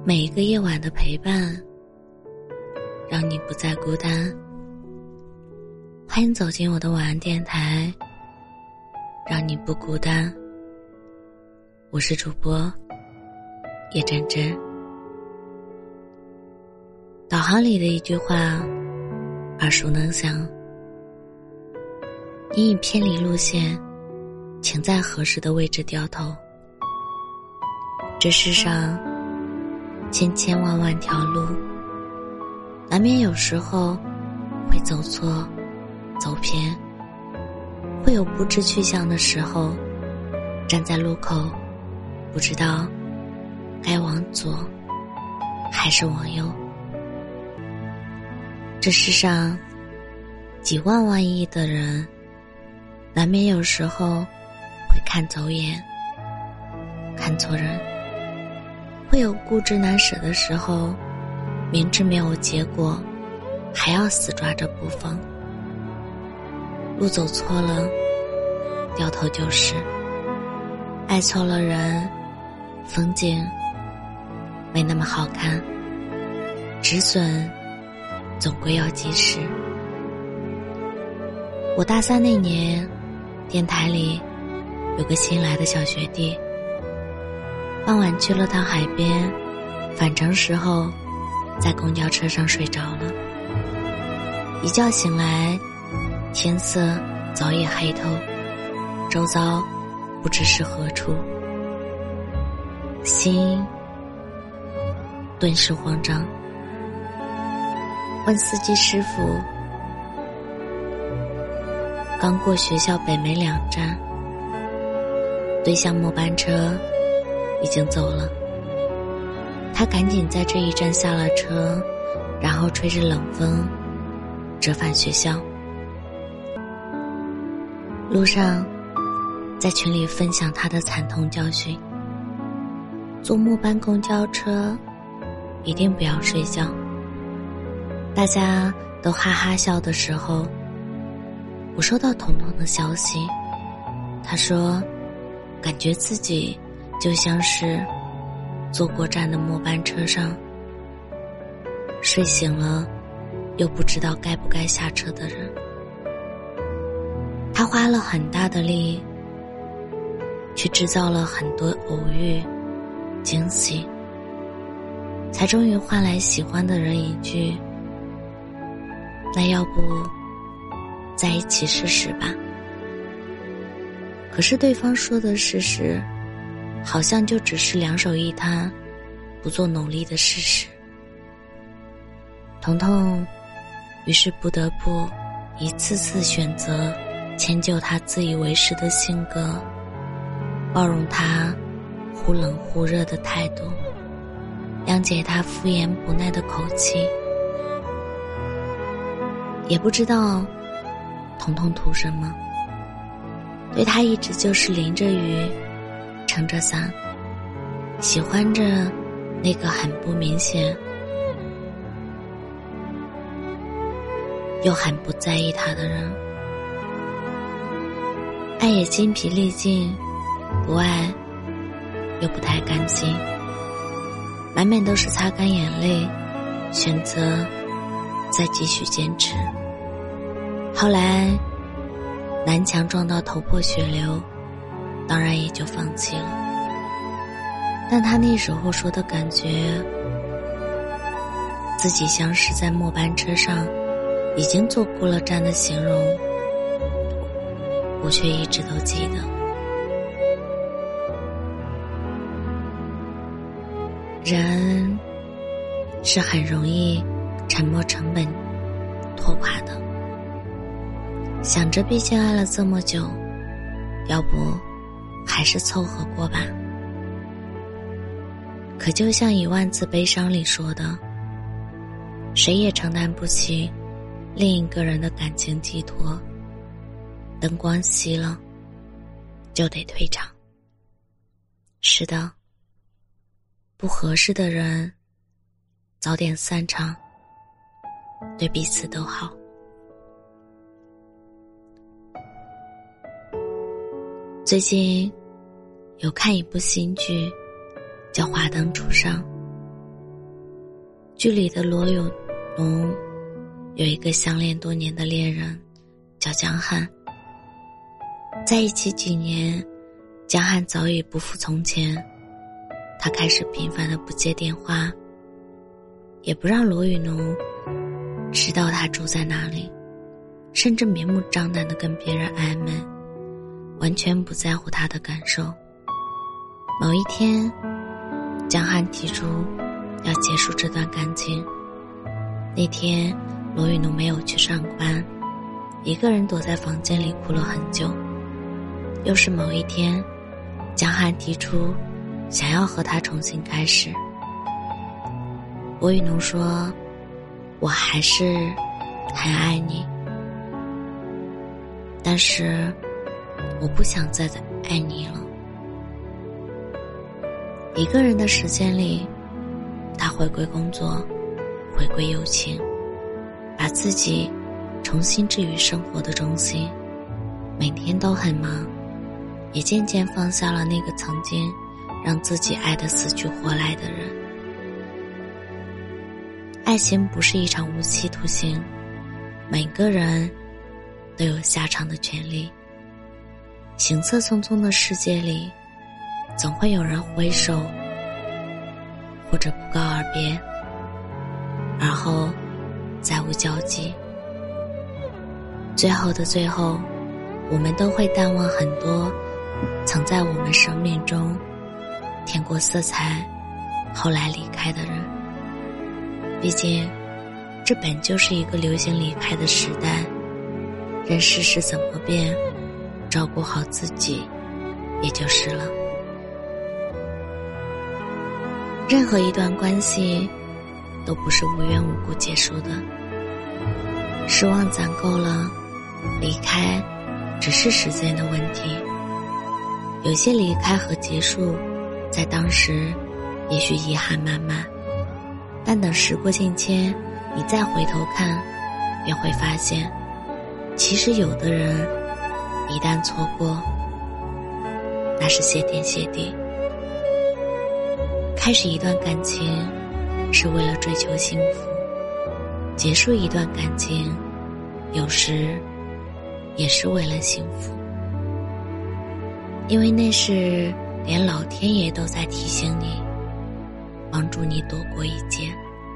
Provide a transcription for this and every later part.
每一个夜晚的陪伴，让你不再孤单。欢迎走进我的晚安电台，让你不孤单。我是主播叶真真。导航里的一句话耳熟能详，你已偏离路线，请在合适的位置掉头。这世上千千万万条路，难免有时候会走错走偏，会有不知去向的时候，站在路口不知道该往左还是往右。这世上几万万亿的人，难免有时候会看走眼看错人，会有固执难舍的时候，明知没有结果还要死抓着不放。路走错了掉头就是，爱错了人，风景没那么好看，止损总归要及时。我大三那年，电台里有个新来的小学弟，傍晚去了趟海边，返程时候在公交车上睡着了。一觉醒来，天色早已黑透，周遭不知是何处，心顿时慌张。问司机师傅，刚过学校北梅2站，对向末班车已经走了。他赶紧在这一站下了车，然后吹着冷风折返学校。路上在群里分享他的惨痛教训，坐末班公交车一定不要睡觉。大家都哈哈笑的时候，我收到彤彤的消息，他说感觉自己就像是坐过站的末班车上，睡醒了又不知道该不该下车的人。他花了很大的力去制造了很多偶遇惊喜，才终于换来喜欢的人一句，那要不在一起试试吧。可是对方说的试试，好像就只是两手一摊不做努力的事实。彤彤于是不得不一次次选择迁就他自以为是的性格，包容他忽冷忽热的态度，谅解他敷衍不耐的口气。也不知道彤彤图什么，对他一直就是淋着雨撑着伞，喜欢着那个很不明显又很不在意他的人。爱也筋疲力尽，不爱又不太甘心，满满都是擦干眼泪，选择再继续坚持。后来南墙撞到头破血流，当然也就放弃了。但他那时候说的感觉，自己像是在末班车上已经坐过了站的形容，我却一直都记得。人是很容易沉没成本拖垮的，想着毕竟爱了这么久，要不还是凑合过吧。可就像10000字悲伤里说的，谁也承担不起另一个人的感情寄托，灯光熄了就得退场。是的，不合适的人早点散场，对彼此都好。最近有看一部新剧叫《华灯初上》， 剧里的罗有龙有一个相恋多年的恋人叫江汉，在一起几年，江汉早已不复从前，他开始频繁地不接电话，也不让罗雨农知道他住在哪里，甚至明目张胆地跟别人暧昧，完全不在乎他的感受。某一天，江汉提出要结束这段感情。那天罗雨农没有去上班，一个人躲在房间里哭了很久。又是某一天，江汉提出想要和他重新开始。罗雨农说，我还是很爱你，但是我不想再爱你了。一个人的时间里，他回归工作，回归友情，把自己重新置于生活的中心，每天都很忙，也渐渐放下了那个曾经让自己爱得死去活来的人。爱情不是一场无期徒刑，每个人都有下场的权利。行色匆匆的世界里，总会有人挥手或者不告而别，而后再无交集。最后的最后，我们都会淡忘很多曾在我们生命中添过色彩后来离开的人。毕竟这本就是一个流行离开的时代，任世事怎么变，照顾好自己也就是了。任何一段关系都不是无缘无故结束的，失望攒够了，离开只是时间的问题。有些离开和结束在当时也许遗憾满满，但等时过境迁，你再回头看，便会发现，其实有的人一旦错过，那是谢天谢地。开始一段感情是为了追求幸福，结束一段感情有时也是为了幸福，因为那是连老天爷都在提醒你，帮助你躲过一劫。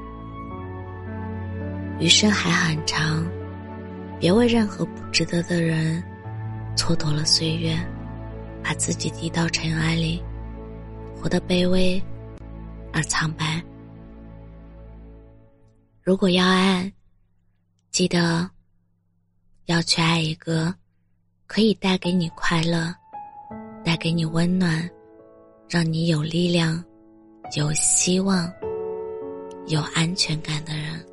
余生还很长，别为任何不值得的人蹉跎了岁月，把自己低到尘埃里，活得卑微而苍白。如果要爱，记得要去爱一个可以带给你快乐，带给你温暖，让你有力量，有希望，有安全感的人。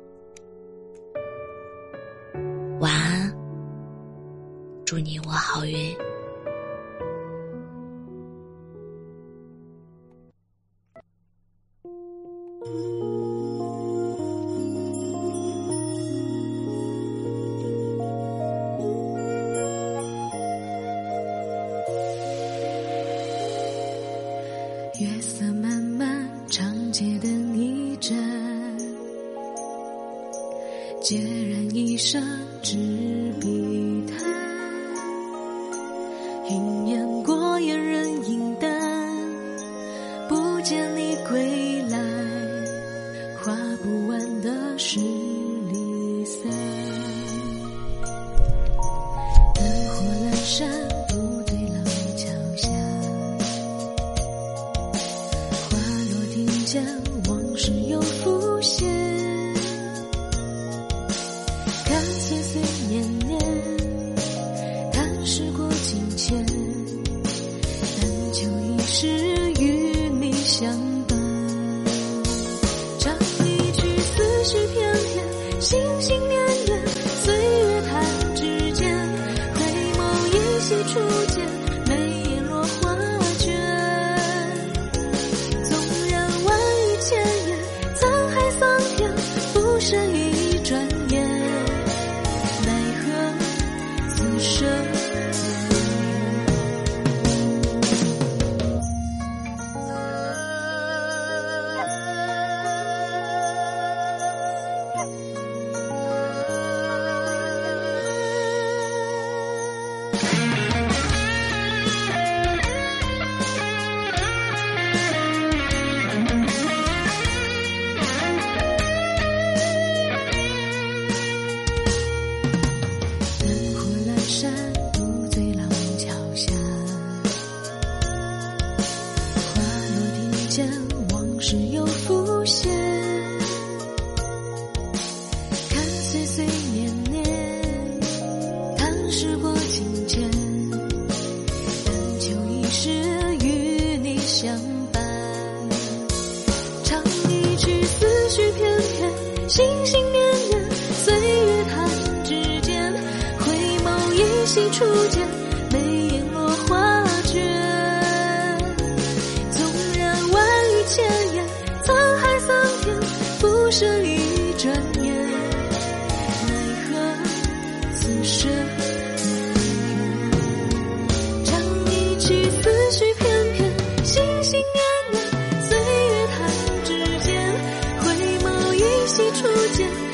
晚安，祝你我好运。 月色漫漫，长街灯一盏，孑然一身执笔谈。云烟过眼人影淡，不见你归来，画不完的是离散。灯火阑珊，不对老桥下，花落庭前，往事又浮现。看岁岁年年，叹时过境迁，但求一世与你相伴。唱一曲思绪翩翩，心心念念，岁月弹指间，回眸依稀初见，眉眼落花卷。纵然万语千言，沧海桑田，浮生一转眼，奈何此生无缘。 是又浮现。看岁岁年年，叹时过境迁，但求一世与你相伴。唱一曲思绪翩翩，心心念念，岁月弹指间，回眸依稀初见，眉眼落花卷。纵然万语千言，沧海桑田，不是一转眼，奈何此生无缘。唱一曲思绪翩翩，心心念念，岁月弹指间，回眸依稀初见。